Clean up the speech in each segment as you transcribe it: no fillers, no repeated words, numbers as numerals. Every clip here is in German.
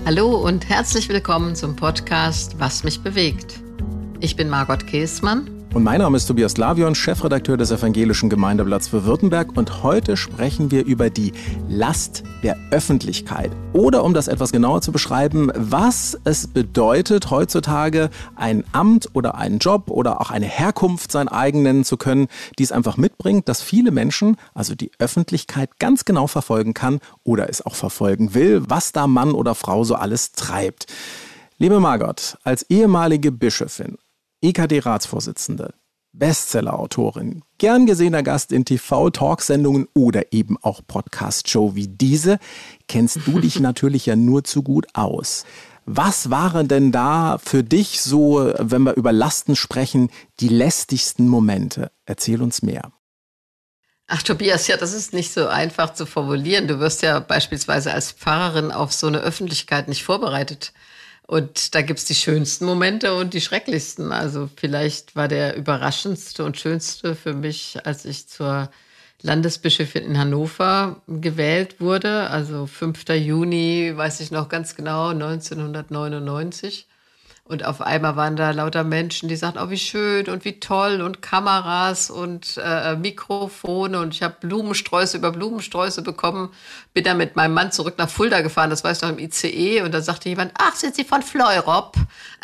Hallo und herzlich willkommen zum Podcast Was mich bewegt. Ich bin Margot Käßmann. Und mein Name ist Tobias Lavion, Chefredakteur des Evangelischen Gemeindeblatts für Württemberg. Und heute sprechen wir über die Last der Öffentlichkeit. Oder um das etwas genauer zu beschreiben, was es bedeutet, heutzutage ein Amt oder einen Job oder auch eine Herkunft sein eigen nennen zu können, die es einfach mitbringt, dass viele Menschen, also die Öffentlichkeit, ganz genau verfolgen kann oder es auch verfolgen will, was da Mann oder Frau so alles treibt. Liebe Margot, als ehemalige Bischöfin, EKD-Ratsvorsitzende, Bestseller-Autorin, gern gesehener Gast in TV-Talksendungen oder eben auch Podcast-Show wie diese, kennst du dich natürlich ja nur zu gut aus. Was waren denn da für dich so, wenn wir über Lasten sprechen, die lästigsten Momente? Erzähl uns mehr. Ach Tobias, ja, das ist nicht so einfach zu formulieren. Du wirst ja beispielsweise als Pfarrerin auf so eine Öffentlichkeit nicht vorbereitet. Und da gibt's die schönsten Momente und die schrecklichsten. Also vielleicht war der überraschendste und schönste für mich, als ich zur Landesbischöfin in Hannover gewählt wurde. Also 5. Juni, weiß ich noch ganz genau, 1999. Und auf einmal waren da lauter Menschen, die sagten, oh, wie schön und wie toll und Kameras und Mikrofone. Und ich habe Blumensträuße über Blumensträuße bekommen. Bin dann mit meinem Mann zurück nach Fulda gefahren, das war ich noch im ICE. Und da sagte jemand, ach, sind Sie von Fleurop?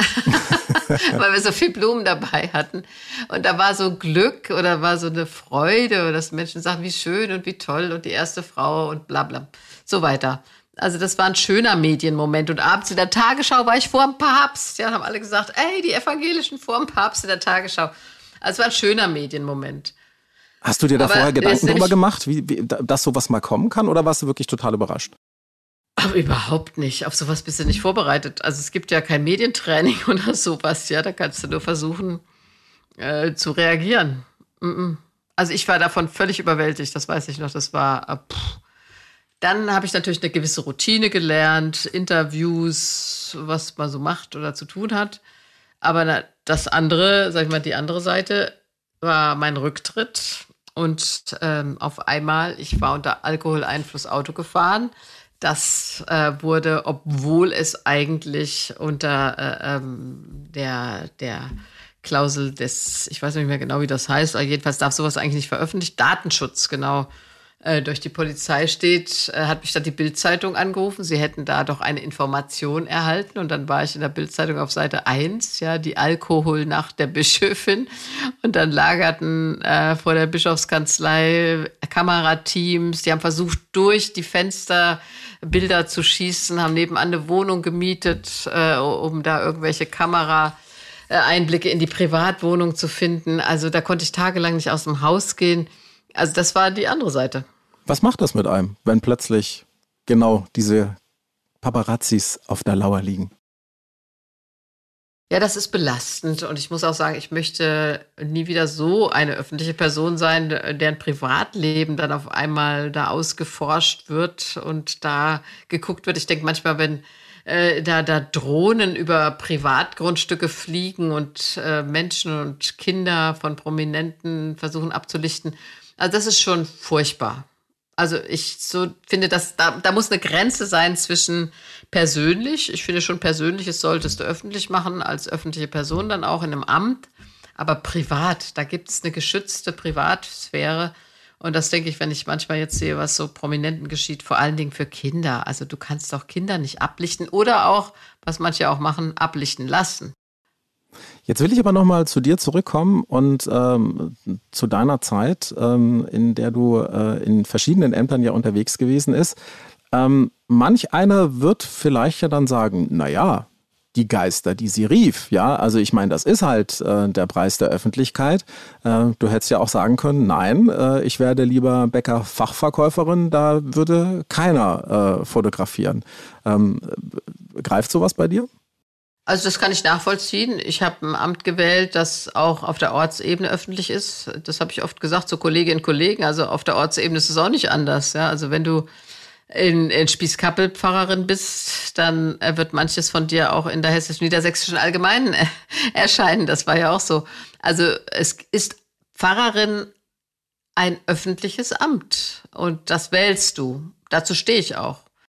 Weil wir so viel Blumen dabei hatten. Und da war so Glück oder war so eine Freude, dass Menschen sagen, wie schön und wie toll und die erste Frau und bla bla. So weiter. Also das war ein schöner Medienmoment. Und abends in der Tagesschau war ich vor dem Papst. Ja, haben alle gesagt, ey, die Evangelischen vor dem Papst in der Tagesschau. Also es war ein schöner Medienmoment. Hast du dir da vorher Gedanken drüber gemacht, wie dass sowas mal kommen kann? Oder warst du wirklich total überrascht? Aber überhaupt nicht. Auf sowas bist du nicht vorbereitet. Also es gibt ja kein Medientraining oder sowas. Ja, da kannst du nur versuchen zu reagieren. Also ich war davon völlig überwältigt. Das weiß ich noch. Das war... Dann habe ich natürlich eine gewisse Routine gelernt, Interviews, was man so macht oder zu tun hat. Aber das andere, sag ich mal, die andere Seite war mein Rücktritt. Und auf einmal, ich war unter Alkoholeinfluss Auto gefahren. Das wurde, obwohl es eigentlich unter der Klausel des, ich weiß nicht mehr genau, wie das heißt, aber jedenfalls darf sowas eigentlich nicht veröffentlicht, Datenschutz, genau, durch die Polizei steht, hat mich dann die Bild-Zeitung angerufen. Sie hätten da doch eine Information erhalten. Und dann war ich in der Bild-Zeitung auf Seite 1, ja, die Alkoholnacht der Bischöfin. Und dann lagerten vor der Bischofskanzlei Kamerateams. Die haben versucht, durch die Fenster Bilder zu schießen, haben nebenan eine Wohnung gemietet, um da irgendwelche Kameraeinblicke in die Privatwohnung zu finden. Also da konnte ich tagelang nicht aus dem Haus gehen. Also das war die andere Seite. Was macht das mit einem, wenn plötzlich genau diese Paparazzis auf der Lauer liegen? Ja, das ist belastend. Und ich muss auch sagen, ich möchte nie wieder so eine öffentliche Person sein, deren Privatleben dann auf einmal da ausgeforscht wird und da geguckt wird. Ich denke manchmal, wenn da Drohnen über Privatgrundstücke fliegen und Menschen und Kinder von Prominenten versuchen abzulichten. Also das ist schon furchtbar. Also ich finde, dass da muss eine Grenze sein zwischen persönlich. Ich finde schon, Persönliches solltest du öffentlich machen, als öffentliche Person dann auch in einem Amt. Aber privat, da gibt es eine geschützte Privatsphäre. Und das denke ich, wenn ich manchmal jetzt sehe, was so Prominenten geschieht, vor allen Dingen für Kinder. Also du kannst doch Kinder nicht ablichten oder auch, was manche auch machen, ablichten lassen. Jetzt will ich aber nochmal zu dir zurückkommen und zu deiner Zeit, in der du in verschiedenen Ämtern ja unterwegs gewesen ist. Manch einer wird vielleicht ja dann sagen, naja, die Geister, die sie rief, ja, also ich meine, das ist halt der Preis der Öffentlichkeit. Du hättest ja auch sagen können, nein, ich werde lieber Bäcker-Fachverkäuferin, da würde keiner fotografieren. Greift sowas bei dir? Also das kann ich nachvollziehen. Ich habe ein Amt gewählt, das auch auf der Ortsebene öffentlich ist. Das habe ich oft gesagt zu Kolleginnen und Kollegen. Also auf der Ortsebene ist es auch nicht anders. Ja? Also wenn du in Spießkappel Pfarrerin bist, dann wird manches von dir auch in der Hessisch-Niedersächsischen Allgemeinen erscheinen. Das war ja auch so. Also es ist Pfarrerin ein öffentliches Amt und das wählst du. Dazu stehe ich auch.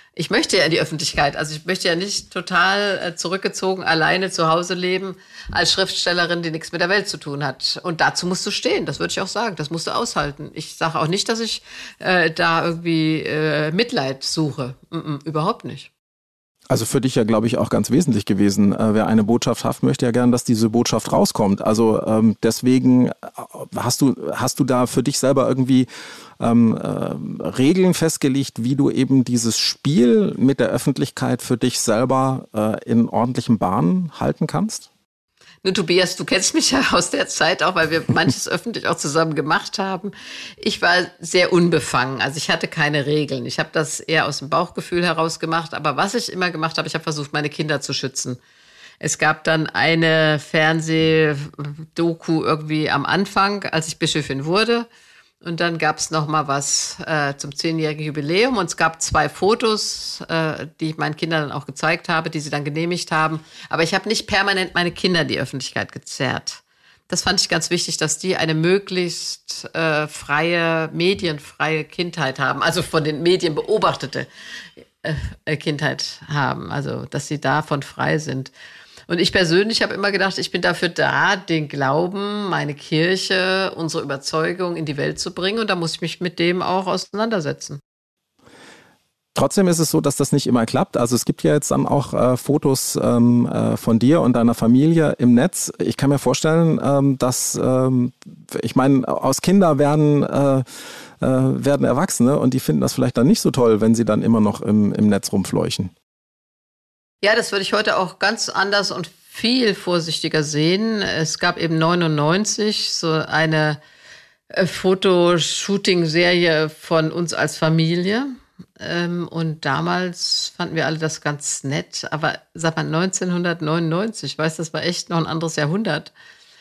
Ich möchte ja in die Öffentlichkeit. Also ich möchte ja nicht total zurückgezogen alleine zu Hause leben als Schriftstellerin, die nichts mit der Welt zu tun hat. Und dazu musst du stehen, das würde ich auch sagen. Das musst du aushalten. Ich sage auch nicht, dass ich da irgendwie Mitleid suche. Überhaupt nicht. Also für dich ja, glaube ich, auch ganz wesentlich gewesen. Wer eine Botschaft hat, möchte ja gern, dass diese Botschaft rauskommt. Also deswegen hast du da für dich selber irgendwie Regeln festgelegt, wie du eben dieses Spiel mit der Öffentlichkeit für dich selber in ordentlichen Bahnen halten kannst? Nun, Tobias, du kennst mich ja aus der Zeit auch, weil wir manches öffentlich auch zusammen gemacht haben. Ich war sehr unbefangen, also ich hatte keine Regeln. Ich habe das eher aus dem Bauchgefühl heraus gemacht. Aber was ich immer gemacht habe, ich habe versucht, meine Kinder zu schützen. Es gab dann eine Fernsehdoku irgendwie am Anfang, als ich Bischöfin wurde. Und dann gab es noch mal was zum 10-jährigen Jubiläum. Und es gab 2 Fotos, die ich meinen Kindern dann auch gezeigt habe, die sie dann genehmigt haben. Aber ich habe nicht permanent meine Kinder in die Öffentlichkeit gezerrt. Das fand ich ganz wichtig, dass die eine möglichst freie, medienfreie Kindheit haben. Also von den Medien beobachtete Kindheit haben. Also dass sie davon frei sind. Und ich persönlich habe immer gedacht, ich bin dafür da, den Glauben, meine Kirche, unsere Überzeugung in die Welt zu bringen. Und da muss ich mich mit dem auch auseinandersetzen. Trotzdem ist es so, dass das nicht immer klappt. Also es gibt ja jetzt dann auch Fotos von dir und deiner Familie im Netz. Ich kann mir vorstellen, dass, ich meine, aus Kinder werden Erwachsene und die finden das vielleicht dann nicht so toll, wenn sie dann immer noch im Netz rumfleuchen. Ja, das würde ich heute auch ganz anders und viel vorsichtiger sehen. Es gab eben 99 so eine Fotoshooting-Serie von uns als Familie. Und damals fanden wir alle das ganz nett. Aber sag mal, 1999, ich weiß, das war echt noch ein anderes Jahrhundert.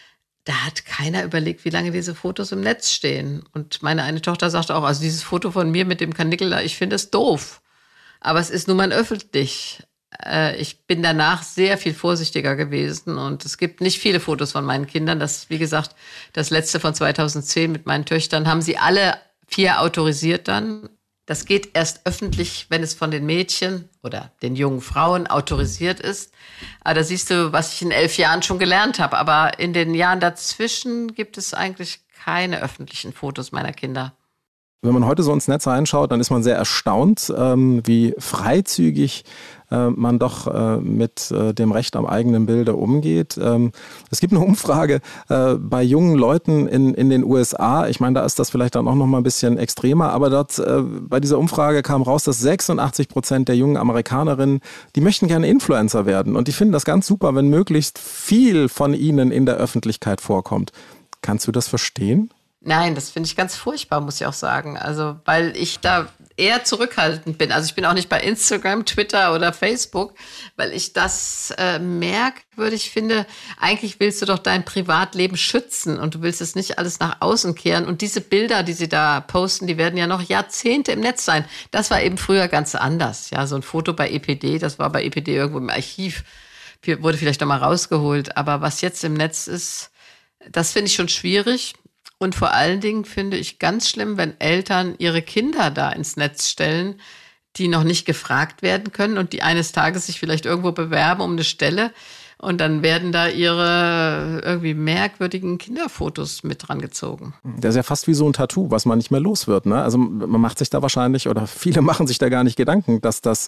Da hat keiner überlegt, wie lange diese Fotos im Netz stehen. Und meine eine Tochter sagte auch, also dieses Foto von mir mit dem Kanickel da, ich finde es doof. Aber es ist nun mal öffentlich. Ich bin danach sehr viel vorsichtiger gewesen und es gibt nicht viele Fotos von meinen Kindern. Das, wie gesagt, das letzte von 2010 mit meinen Töchtern haben sie alle 4 autorisiert dann. Das geht erst öffentlich, wenn es von den Mädchen oder den jungen Frauen autorisiert ist. Aber da siehst du, was ich in 11 Jahren schon gelernt habe. Aber in den Jahren dazwischen gibt es eigentlich keine öffentlichen Fotos meiner Kinder. Wenn man heute so ins Netz reinschaut, dann ist man sehr erstaunt, wie freizügig man doch mit dem Recht am eigenen Bilde umgeht. Es gibt eine Umfrage bei jungen Leuten in den USA. Ich meine, da ist das vielleicht dann auch noch mal ein bisschen extremer. Aber dort bei dieser Umfrage kam raus, dass 86% der jungen Amerikanerinnen, die möchten gerne Influencer werden. Und die finden das ganz super, wenn möglichst viel von ihnen in der Öffentlichkeit vorkommt. Kannst du das verstehen? Nein, das finde ich ganz furchtbar, muss ich auch sagen. Also, weil ich da eher zurückhaltend bin. Also ich bin auch nicht bei Instagram, Twitter oder Facebook, weil ich das merkwürdig finde. Eigentlich willst du doch dein Privatleben schützen und du willst es nicht alles nach außen kehren. Und diese Bilder, die sie da posten, die werden ja noch Jahrzehnte im Netz sein. Das war eben früher ganz anders. Ja, so ein Foto bei EPD, das war bei EPD irgendwo im Archiv, wurde vielleicht noch mal rausgeholt. Aber was jetzt im Netz ist, das finde ich schon schwierig. Und vor allen Dingen finde ich ganz schlimm, wenn Eltern ihre Kinder da ins Netz stellen, die noch nicht gefragt werden können und die eines Tages sich vielleicht irgendwo bewerben um eine Stelle. Und dann werden da ihre irgendwie merkwürdigen Kinderfotos mit dran gezogen. Das ist ja fast wie so ein Tattoo, was man nicht mehr los wird, ne? Also man macht sich da wahrscheinlich, oder viele machen sich da gar nicht Gedanken, dass das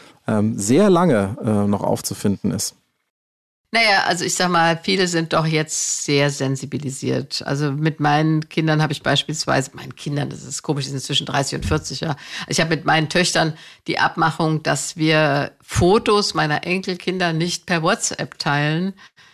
sehr lange noch aufzufinden ist. Naja, also ich sag mal, viele sind doch jetzt sehr sensibilisiert. Also mit meinen Kindern habe ich beispielsweise, das ist komisch, die sind zwischen 30 und 40, ja. Ich habe mit meinen Töchtern die Abmachung, dass wir Fotos meiner Enkelkinder nicht per WhatsApp teilen,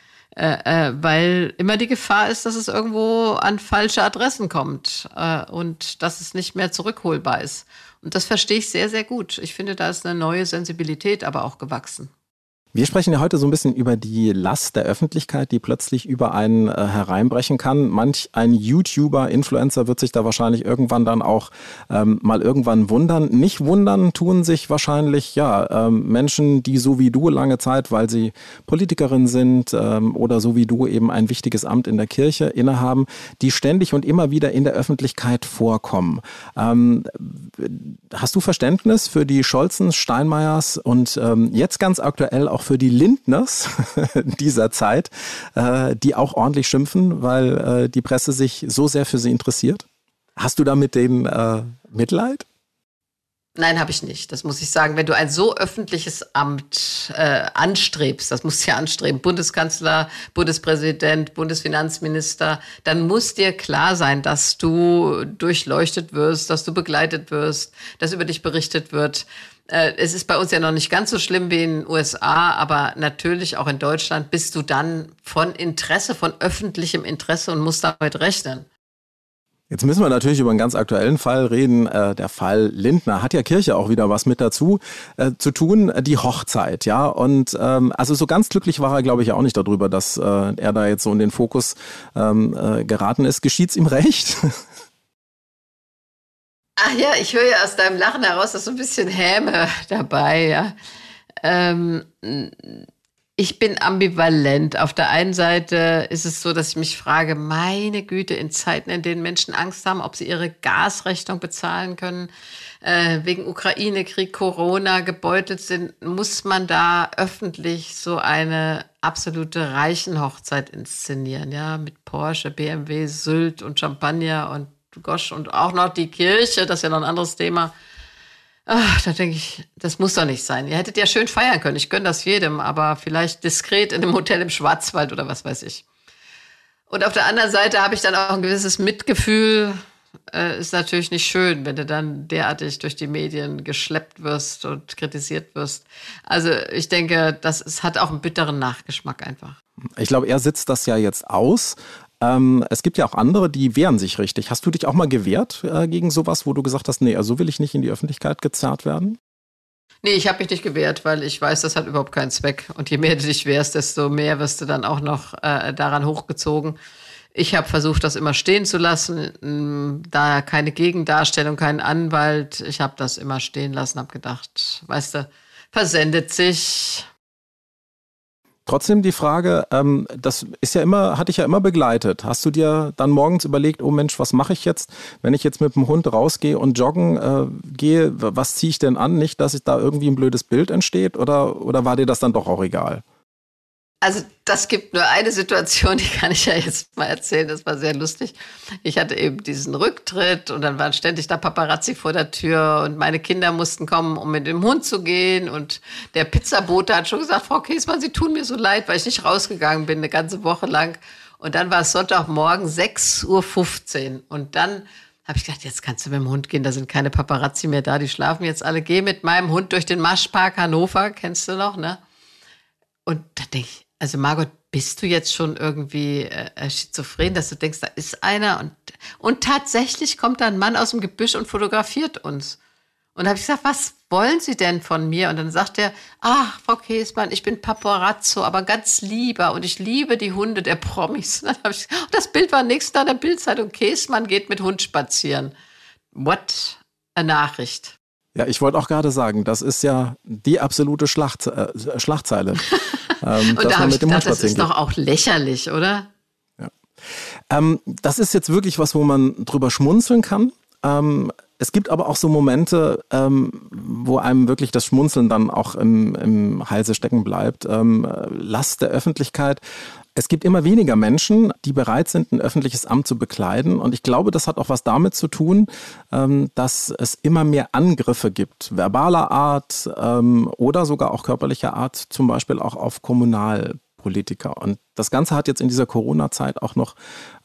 weil immer die Gefahr ist, dass es irgendwo an falsche Adressen kommt und dass es nicht mehr zurückholbar ist. Und das verstehe ich sehr, sehr gut. Ich finde, da ist eine neue Sensibilität aber auch gewachsen. Wir sprechen ja heute so ein bisschen über die Last der Öffentlichkeit, die plötzlich über einen hereinbrechen kann. Manch ein YouTuber, Influencer wird sich da wahrscheinlich irgendwann dann auch mal irgendwann wundern. Nicht wundern tun sich wahrscheinlich Menschen, die so wie du lange Zeit, weil sie Politikerin sind oder so wie du eben ein wichtiges Amt in der Kirche innehaben, die ständig und immer wieder in der Öffentlichkeit vorkommen. Hast du Verständnis für die Scholzens, Steinmeiers und jetzt ganz aktuell auch für die Lindners dieser Zeit, die auch ordentlich schimpfen, weil die Presse sich so sehr für sie interessiert? Hast du da mit denen Mitleid? Nein, habe ich nicht. Das muss ich sagen. Wenn du ein so öffentliches Amt anstrebst, das musst du ja anstreben, Bundeskanzler, Bundespräsident, Bundesfinanzminister, dann muss dir klar sein, dass du durchleuchtet wirst, dass du begleitet wirst, dass über dich berichtet wird. Es ist bei uns ja noch nicht ganz so schlimm wie in den USA, aber natürlich auch in Deutschland bist du dann von öffentlichem Interesse und musst damit rechnen. Jetzt müssen wir natürlich über einen ganz aktuellen Fall reden. Der Fall Lindner hat ja Kirche auch wieder was mit dazu zu tun, die Hochzeit, ja. Und also so ganz glücklich war er, glaube ich, auch nicht darüber, dass er da jetzt so in den Fokus geraten ist. Geschieht's ihm recht? Ach ja, ich höre ja aus deinem Lachen heraus, dass so ein bisschen Häme dabei, ja. Ich bin ambivalent. Auf der einen Seite ist es so, dass ich mich frage, meine Güte, in Zeiten, in denen Menschen Angst haben, ob sie ihre Gasrechnung bezahlen können, wegen Ukraine-Krieg, Corona gebeutelt sind, muss man da öffentlich so eine absolute Reichenhochzeit inszenieren, ja, mit Porsche, BMW, Sylt und Champagner und Gosch und auch noch die Kirche, das ist ja noch ein anderes Thema. Ach, da denke ich, das muss doch nicht sein. Ihr hättet ja schön feiern können, ich gönne das jedem, aber vielleicht diskret in einem Hotel im Schwarzwald oder was weiß ich. Und auf der anderen Seite habe ich dann auch ein gewisses Mitgefühl. Ist natürlich nicht schön, wenn du dann derartig durch die Medien geschleppt wirst und kritisiert wirst. Also ich denke, es hat auch einen bitteren Nachgeschmack einfach. Ich glaube, er sitzt das ja jetzt aus. Es gibt ja auch andere, die wehren sich richtig. Hast du dich auch mal gewehrt gegen sowas, wo du gesagt hast, nee, so will ich nicht in die Öffentlichkeit gezerrt werden? Nee, ich habe mich nicht gewehrt, weil ich weiß, das hat überhaupt keinen Zweck. Und je mehr du dich wehrst, desto mehr wirst du dann auch noch daran hochgezogen. Ich habe versucht, das immer stehen zu lassen. Da keine Gegendarstellung, kein Anwalt. Ich habe das immer stehen lassen, habe gedacht, weißt du, versendet sich. Trotzdem die Frage, das ist ja immer, hatte ich ja immer begleitet. Hast du dir dann morgens überlegt, oh Mensch, was mache ich jetzt, wenn ich jetzt mit dem Hund rausgehe und joggen gehe, was ziehe ich denn an? Nicht, dass da irgendwie ein blödes Bild entsteht oder war dir das dann doch auch egal? Also das gibt nur eine Situation, die kann ich ja jetzt mal erzählen, das war sehr lustig. Ich hatte eben diesen Rücktritt und dann waren ständig da Paparazzi vor der Tür und meine Kinder mussten kommen, um mit dem Hund zu gehen und der Pizzabote hat schon gesagt, Frau Käßmann, Sie tun mir so leid, weil ich nicht rausgegangen bin, eine ganze Woche lang. Und dann war es Sonntagmorgen 6:15 Uhr und dann habe ich gedacht, jetzt kannst du mit dem Hund gehen, da sind keine Paparazzi mehr da, die schlafen jetzt alle. Geh mit meinem Hund durch den Maschpark Hannover, kennst du noch, ne? Und da denke ich, also Margot, bist du jetzt schon irgendwie schizophren, dass du denkst, da ist einer und tatsächlich kommt da ein Mann aus dem Gebüsch und fotografiert uns. Und da habe ich gesagt, was wollen Sie denn von mir? Und dann sagt er, ach, Frau Käßmann, ich bin Paparazzo, aber ganz lieber und ich liebe die Hunde der Promis. Und dann habe ich gesagt, das Bild war nächsten Tag in der Bildzeitung, Käßmann geht mit Hund spazieren. What a Nachricht. Ja, ich wollte auch gerade sagen, das ist ja die absolute Schlagzeile. Und da habe ich gedacht, das ist doch auch lächerlich, oder? Ja. Das ist jetzt wirklich was, wo man drüber schmunzeln kann. Es gibt aber auch so Momente, wo einem wirklich das Schmunzeln dann auch im Halse stecken bleibt. Last der Öffentlichkeit. Es gibt immer weniger Menschen, die bereit sind, ein öffentliches Amt zu bekleiden. Und ich glaube, das hat auch was damit zu tun, dass es immer mehr Angriffe gibt, verbaler Art oder sogar auch körperlicher Art, zum Beispiel auch auf Kommunalpolitiker. Und das Ganze hat jetzt in dieser Corona-Zeit auch noch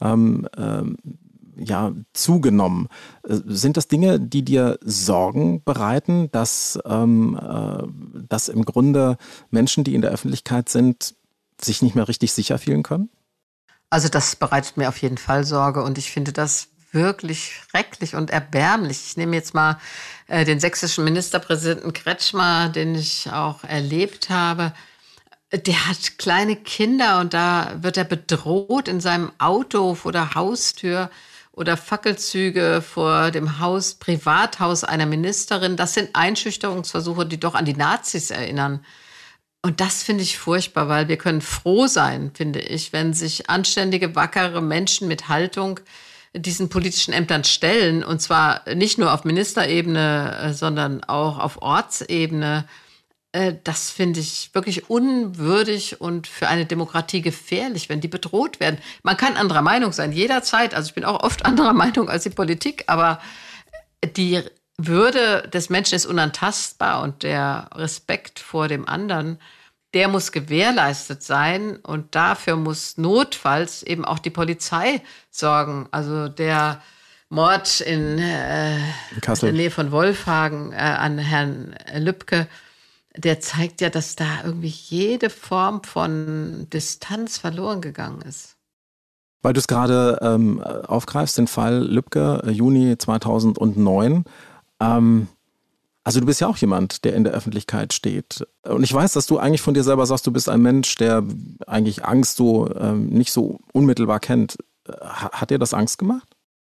zugenommen. Sind das Dinge, die dir Sorgen bereiten, dass im Grunde Menschen, die in der Öffentlichkeit sind, sich nicht mehr richtig sicher fühlen können? Also das bereitet mir auf jeden Fall Sorge und ich finde das wirklich schrecklich und erbärmlich. Ich nehme jetzt mal den sächsischen Ministerpräsidenten Kretschmer, den ich auch erlebt habe. Der hat kleine Kinder und da wird er bedroht in seinem Auto vor der Haustür oder Fackelzüge vor dem Privathaus einer Ministerin. Das sind Einschüchterungsversuche, die doch an die Nazis erinnern. Und das finde ich furchtbar, weil wir können froh sein, finde ich, wenn sich anständige, wackere Menschen mit Haltung diesen politischen Ämtern stellen. Und zwar nicht nur auf Ministerebene, sondern auch auf Ortsebene. Das finde ich wirklich unwürdig und für eine Demokratie gefährlich, wenn die bedroht werden. Man kann anderer Meinung sein, jederzeit. Also ich bin auch oft anderer Meinung als die Politik, aber die Würde des Menschen ist unantastbar und der Respekt vor dem anderen, der muss gewährleistet sein und dafür muss notfalls eben auch die Polizei sorgen. Also der Mord in der Nähe von Wolfhagen an Herrn Lübcke, der zeigt ja, dass da irgendwie jede Form von Distanz verloren gegangen ist. Weil du es gerade aufgreifst, den Fall Lübcke, Juni 2009. Also du bist ja auch jemand, der in der Öffentlichkeit steht. Und ich weiß, dass du eigentlich von dir selber sagst, du bist ein Mensch, der eigentlich Angst so nicht so unmittelbar kennt. Hat dir das Angst gemacht?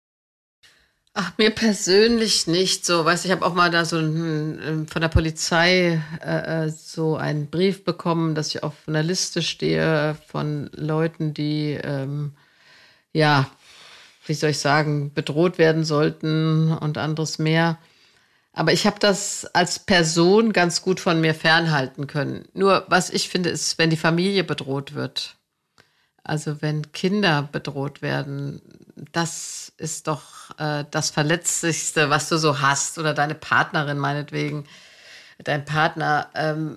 Ach, mir persönlich nicht so. Weißt, ich habe auch mal da so von der Polizei so einen Brief bekommen, dass ich auf einer Liste stehe von Leuten, die, ja, wie soll ich sagen, bedroht werden sollten und anderes mehr. Aber ich habe das als Person ganz gut von mir fernhalten können. Nur was ich finde, ist, wenn die Familie bedroht wird. Also wenn Kinder bedroht werden, das ist doch das Verletzlichste, was du so hast. Oder deine Partnerin meinetwegen, dein Partner.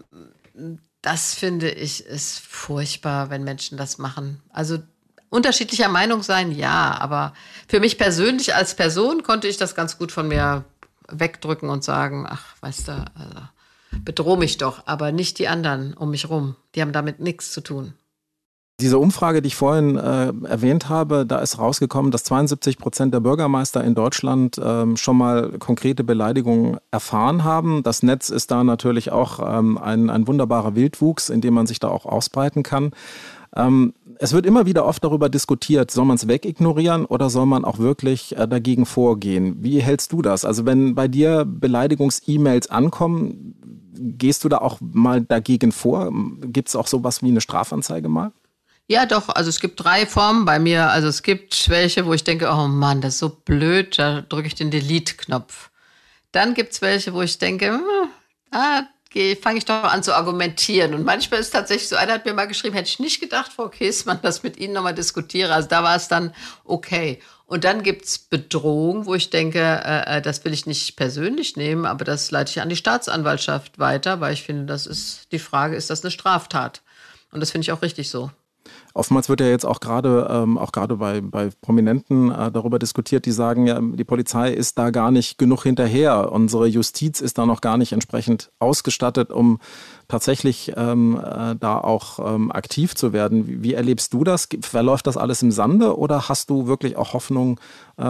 Das finde ich ist furchtbar, wenn Menschen das machen. Also unterschiedlicher Meinung sein, ja. Aber für mich persönlich als Person konnte ich das ganz gut von mir wegdrücken und sagen, ach, weißt du, also, bedroh mich doch. Aber nicht die anderen um mich rum. Die haben damit nichts zu tun. Diese Umfrage, die ich vorhin erwähnt habe, da ist rausgekommen, dass 72% der Bürgermeister in Deutschland schon mal konkrete Beleidigungen erfahren haben. Das Netz ist da natürlich auch ein wunderbarer Wildwuchs, in dem man sich da auch ausbreiten kann. Es wird immer wieder oft darüber diskutiert, soll man es wegignorieren oder soll man auch wirklich dagegen vorgehen? Wie hältst du das? Also wenn bei dir Beleidigungs-E-Mails ankommen, gehst du da auch mal dagegen vor? Gibt es auch sowas wie eine Strafanzeige mal? Ja, doch. Also es gibt 3 Formen bei mir. Also es gibt welche, wo ich denke, oh Mann, das ist so blöd, da drücke ich den Delete-Knopf. Dann gibt es welche, wo ich denke, fange ich doch an zu argumentieren. Und manchmal ist es tatsächlich so, einer hat mir mal geschrieben, hätte ich nicht gedacht, Frau Käßmann, dass mit Ihnen nochmal diskutiere. Also da war es dann okay. Und dann gibt es Bedrohung, wo ich denke, das will ich nicht persönlich nehmen, aber das leite ich an die Staatsanwaltschaft weiter, weil ich finde, das ist die Frage, ist das eine Straftat? Und das finde ich auch richtig so. Oftmals wird ja jetzt auch gerade bei Prominenten darüber diskutiert, die sagen, ja, die Polizei ist da gar nicht genug hinterher. Unsere Justiz ist da noch gar nicht entsprechend ausgestattet, um tatsächlich da auch aktiv zu werden. Wie erlebst du das? Verläuft das alles im Sande oder hast du wirklich auch Hoffnung,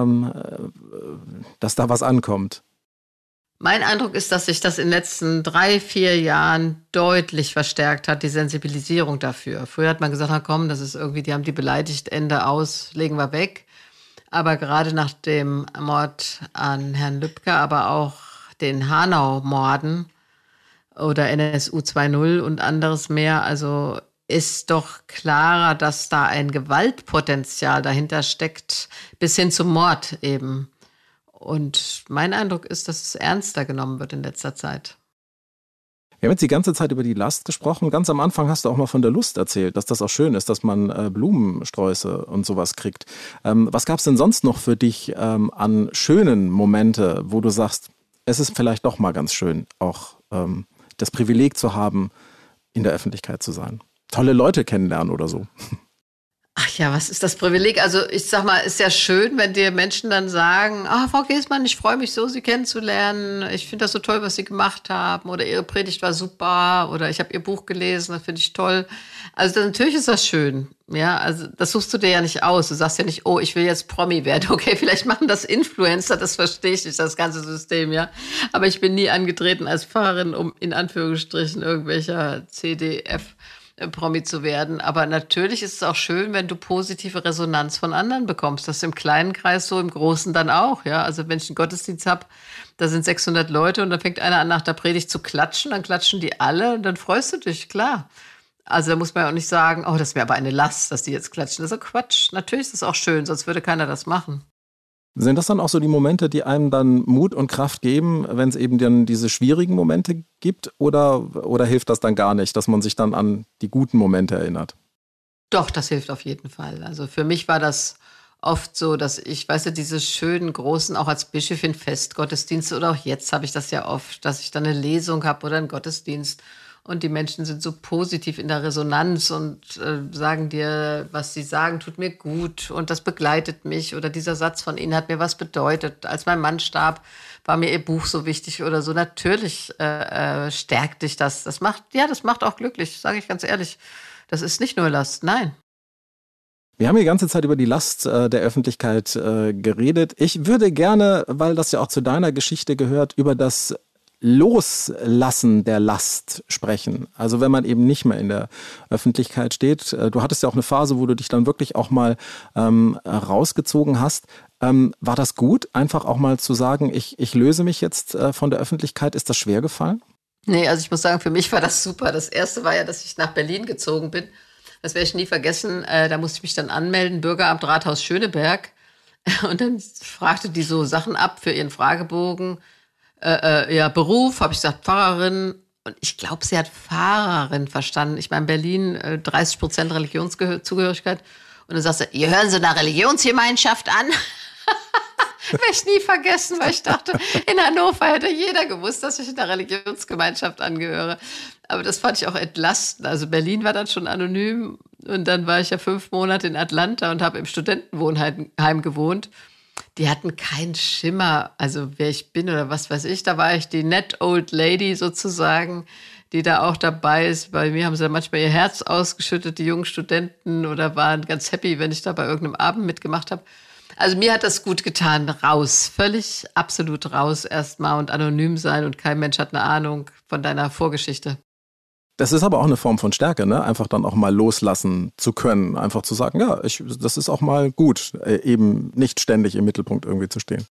dass da was ankommt? Mein Eindruck ist, dass sich das in den letzten 3, 4 Jahren deutlich verstärkt hat, die Sensibilisierung dafür. Früher hat man gesagt, na komm, das ist irgendwie, die haben die beleidigt, Ende aus, legen wir weg. Aber gerade nach dem Mord an Herrn Lübcke, aber auch den Hanau-Morden oder NSU 2.0 und anderes mehr, also ist doch klarer, dass da ein Gewaltpotenzial dahinter steckt, bis hin zum Mord eben. Und mein Eindruck ist, dass es ernster genommen wird in letzter Zeit. Wir haben jetzt die ganze Zeit über die Last gesprochen. Ganz am Anfang hast du auch mal von der Lust erzählt, dass das auch schön ist, dass man Blumensträuße und sowas kriegt. Was gab es denn sonst noch für dich an schönen Momente, wo du sagst, es ist vielleicht doch mal ganz schön, auch das Privileg zu haben, in der Öffentlichkeit zu sein? Tolle Leute kennenlernen oder so. Ach ja, was ist das Privileg? Also ich sag mal, ist ja schön, wenn dir Menschen dann sagen, Frau Käßmann, ich freue mich so, Sie kennenzulernen. Ich finde das so toll, was Sie gemacht haben. Oder Ihre Predigt war super. Oder ich habe Ihr Buch gelesen, das finde ich toll. Also natürlich ist das schön. Ja, also das suchst du dir ja nicht aus. Du sagst ja nicht, oh, ich will jetzt Promi werden. Okay, vielleicht machen das Influencer, das verstehe ich nicht, das ganze System, ja. Aber ich bin nie angetreten als Pfarrerin, um in Anführungsstrichen irgendwelcher CDF Promi zu werden. Aber natürlich ist es auch schön, wenn du positive Resonanz von anderen bekommst. Das ist im kleinen Kreis so, im Großen dann auch. Ja? Also wenn ich einen Gottesdienst habe, da sind 600 Leute und dann fängt einer an, nach der Predigt zu klatschen, dann klatschen die alle und dann freust du dich, klar. Also da muss man ja auch nicht sagen, oh, das wäre aber eine Last, dass die jetzt klatschen. Das ist doch Quatsch. Natürlich ist das auch schön, sonst würde keiner das machen. Sind das dann auch so die Momente, die einem dann Mut und Kraft geben, wenn es eben dann diese schwierigen Momente gibt? Oder hilft das dann gar nicht, dass man sich dann an die guten Momente erinnert? Doch, das hilft auf jeden Fall. Also für mich war das oft so, dass ich, weißt du, diese schönen, großen, auch als Bischöfin Festgottesdienste oder auch jetzt habe ich das ja oft, dass ich dann eine Lesung habe oder einen Gottesdienst und die Menschen sind so positiv in der Resonanz und sagen dir, was sie sagen, tut mir gut und das begleitet mich oder dieser Satz von ihnen hat mir was bedeutet. Als mein Mann starb, war mir ihr Buch so wichtig oder so. Natürlich stärkt dich das. Das macht auch glücklich, sage ich ganz ehrlich. Das ist nicht nur Last, nein. Wir haben die ganze Zeit über die Last der Öffentlichkeit geredet. Ich würde gerne, weil das ja auch zu deiner Geschichte gehört, über das Loslassen der Last sprechen. Also wenn man eben nicht mehr in der Öffentlichkeit steht. Du hattest ja auch eine Phase, wo du dich dann wirklich auch mal rausgezogen hast. War das gut, einfach auch mal zu sagen, ich löse mich jetzt von der Öffentlichkeit? Ist das schwer gefallen? Nee, also ich muss sagen, für mich war das super. Das erste war ja, dass ich nach Berlin gezogen bin. Das werde ich nie vergessen. Da musste ich mich dann anmelden, Bürgeramt Rathaus Schöneberg. Und dann fragte die so Sachen ab für ihren Fragebogen. Ja, Beruf, habe ich gesagt, Pfarrerin. Und ich glaube, sie hat Pfarrerin verstanden. Ich meine, Berlin 30% Religionszugehörigkeit. Und dann sagt sie, ihr hören Sie eine Religionsgemeinschaft an? Werde ich nie vergessen, weil ich dachte, in Hannover hätte jeder gewusst, dass ich einer Religionsgemeinschaft angehöre. Aber das fand ich auch entlastend. Also Berlin war dann schon anonym und dann war ich ja 5 Monate in Atlanta und habe im Studentenwohnheim gewohnt. Die hatten keinen Schimmer, also wer ich bin oder was weiß ich. Da war ich die net old lady sozusagen, die da auch dabei ist. Bei mir haben sie manchmal ihr Herz ausgeschüttet, die jungen Studenten, oder waren ganz happy, wenn ich da bei irgendeinem Abend mitgemacht habe. Also mir hat das gut getan, raus, völlig absolut raus erstmal und anonym sein und kein Mensch hat eine Ahnung von deiner Vorgeschichte. Das ist aber auch eine Form von Stärke, ne? Einfach dann auch mal loslassen zu können, einfach zu sagen, ja, das ist auch mal gut, eben nicht ständig im Mittelpunkt irgendwie zu stehen.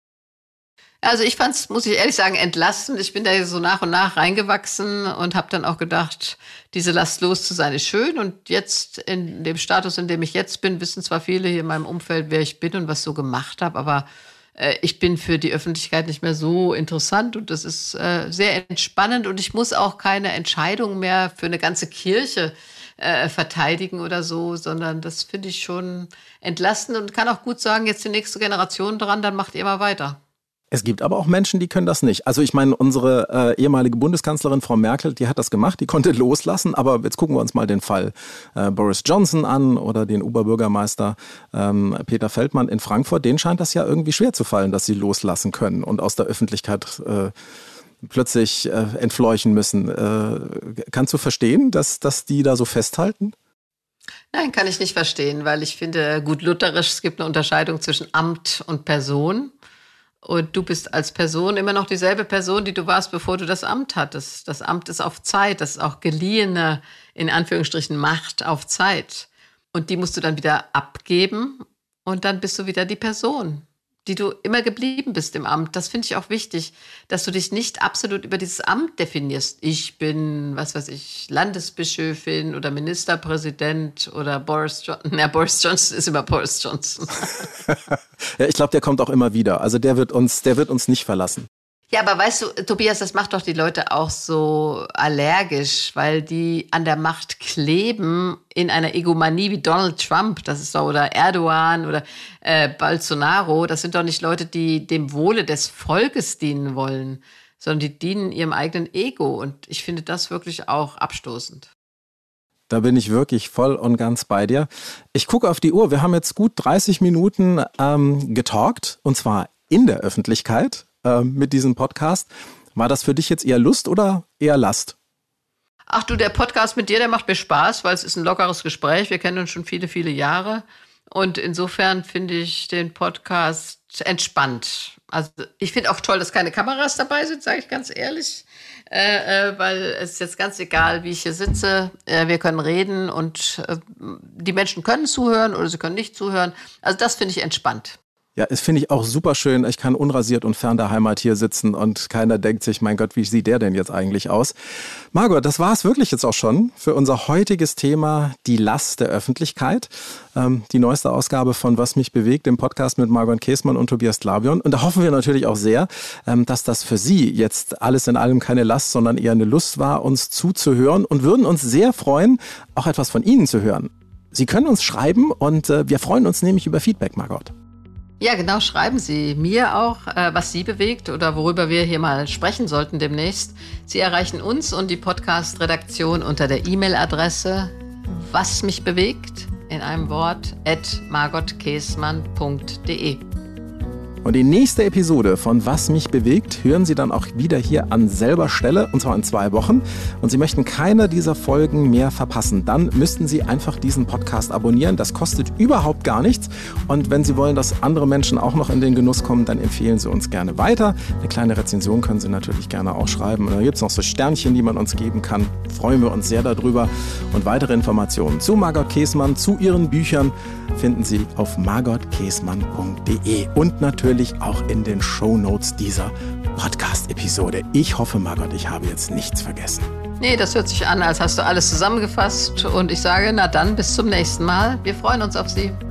Also ich fand's, muss ich ehrlich sagen, entlastend. Ich bin da so nach und nach reingewachsen und habe dann auch gedacht, diese Last los zu sein ist schön. Und jetzt in dem Status, in dem ich jetzt bin, wissen zwar viele hier in meinem Umfeld, wer ich bin und was ich so gemacht habe, aber ich bin für die Öffentlichkeit nicht mehr so interessant und das ist sehr entspannend und ich muss auch keine Entscheidung mehr für eine ganze Kirche verteidigen oder so, sondern das finde ich schon entlastend und kann auch gut sagen, jetzt die nächste Generation dran, dann macht ihr mal weiter. Es gibt aber auch Menschen, die können das nicht. Also ich meine, unsere ehemalige Bundeskanzlerin Frau Merkel, die hat das gemacht, die konnte loslassen. Aber jetzt gucken wir uns mal den Fall Boris Johnson an oder den Oberbürgermeister Peter Feldmann in Frankfurt. Denen scheint das ja irgendwie schwer zu fallen, dass sie loslassen können und aus der Öffentlichkeit plötzlich entfleuchen müssen. Kannst du verstehen, dass die da so festhalten? Nein, kann ich nicht verstehen, weil ich finde, gut lutherisch, es gibt eine Unterscheidung zwischen Amt und Person. Und du bist als Person immer noch dieselbe Person, die du warst, bevor du das Amt hattest. Das Amt ist auf Zeit, das ist auch geliehene, in Anführungsstrichen, Macht auf Zeit. Und die musst du dann wieder abgeben und dann bist du wieder die Person, die du immer geblieben bist im Amt. Das finde ich auch wichtig, dass du dich nicht absolut über dieses Amt definierst. Ich bin, was weiß ich, Landesbischöfin oder Ministerpräsident oder Boris Johnson. Ja, Boris Johnson ist immer Boris Johnson. Ja, ich glaube, der kommt auch immer wieder. Also der wird uns nicht verlassen. Ja, aber weißt du, Tobias, das macht doch die Leute auch so allergisch, weil die an der Macht kleben in einer Egomanie wie Donald Trump, das ist doch, oder Erdogan oder Bolsonaro. Das sind doch nicht Leute, die dem Wohle des Volkes dienen wollen, sondern die dienen ihrem eigenen Ego. Und ich finde das wirklich auch abstoßend. Da bin ich wirklich voll und ganz bei dir. Ich gucke auf die Uhr. Wir haben jetzt gut 30 Minuten getalkt, und zwar in der Öffentlichkeit. Mit diesem Podcast. War das für dich jetzt eher Lust oder eher Last? Ach du, der Podcast mit dir, der macht mir Spaß, weil es ist ein lockeres Gespräch. Wir kennen uns schon viele, viele Jahre. Und insofern finde ich den Podcast entspannt. Also ich finde auch toll, dass keine Kameras dabei sind, sage ich ganz ehrlich, weil es ist jetzt ganz egal, wie ich hier sitze. Wir können reden und die Menschen können zuhören oder sie können nicht zuhören. Also das finde ich entspannt. Ja, das finde ich auch super schön. Ich kann unrasiert und fern der Heimat hier sitzen und keiner denkt sich, mein Gott, wie sieht der denn jetzt eigentlich aus? Margot, das war es wirklich jetzt auch schon für unser heutiges Thema, die Last der Öffentlichkeit. Die neueste Ausgabe von Was mich bewegt, dem Podcast mit Margot Käßmann und Tobias Glavion. Und da hoffen wir natürlich auch sehr, dass das für Sie jetzt alles in allem keine Last, sondern eher eine Lust war, uns zuzuhören und würden uns sehr freuen, auch etwas von Ihnen zu hören. Sie können uns schreiben und wir freuen uns nämlich über Feedback, Margot. Ja, genau, schreiben Sie mir auch, was Sie bewegt oder worüber wir hier mal sprechen sollten demnächst. Sie erreichen uns und die Podcast-Redaktion unter der E-Mail-Adresse wasmichbewegt in einem Wort @margotkäßmann.de. Und die nächste Episode von Was mich bewegt hören Sie dann auch wieder hier an selber Stelle, und zwar in 2 Wochen. Und Sie möchten keine dieser Folgen mehr verpassen, dann müssten Sie einfach diesen Podcast abonnieren. Das kostet überhaupt gar nichts. Und wenn Sie wollen, dass andere Menschen auch noch in den Genuss kommen, dann empfehlen Sie uns gerne weiter. Eine kleine Rezension können Sie natürlich gerne auch schreiben. Und da gibt es noch so Sternchen, die man uns geben kann. Freuen wir uns sehr darüber. Und weitere Informationen zu Margot Käßmann, zu ihren Büchern finden Sie auf margotkäßmann.de und natürlich auch in den Shownotes dieser Podcast-Episode. Ich hoffe, Margot, ich habe jetzt nichts vergessen. Nee, das hört sich an, als hast du alles zusammengefasst. Und ich sage, na dann, bis zum nächsten Mal. Wir freuen uns auf Sie.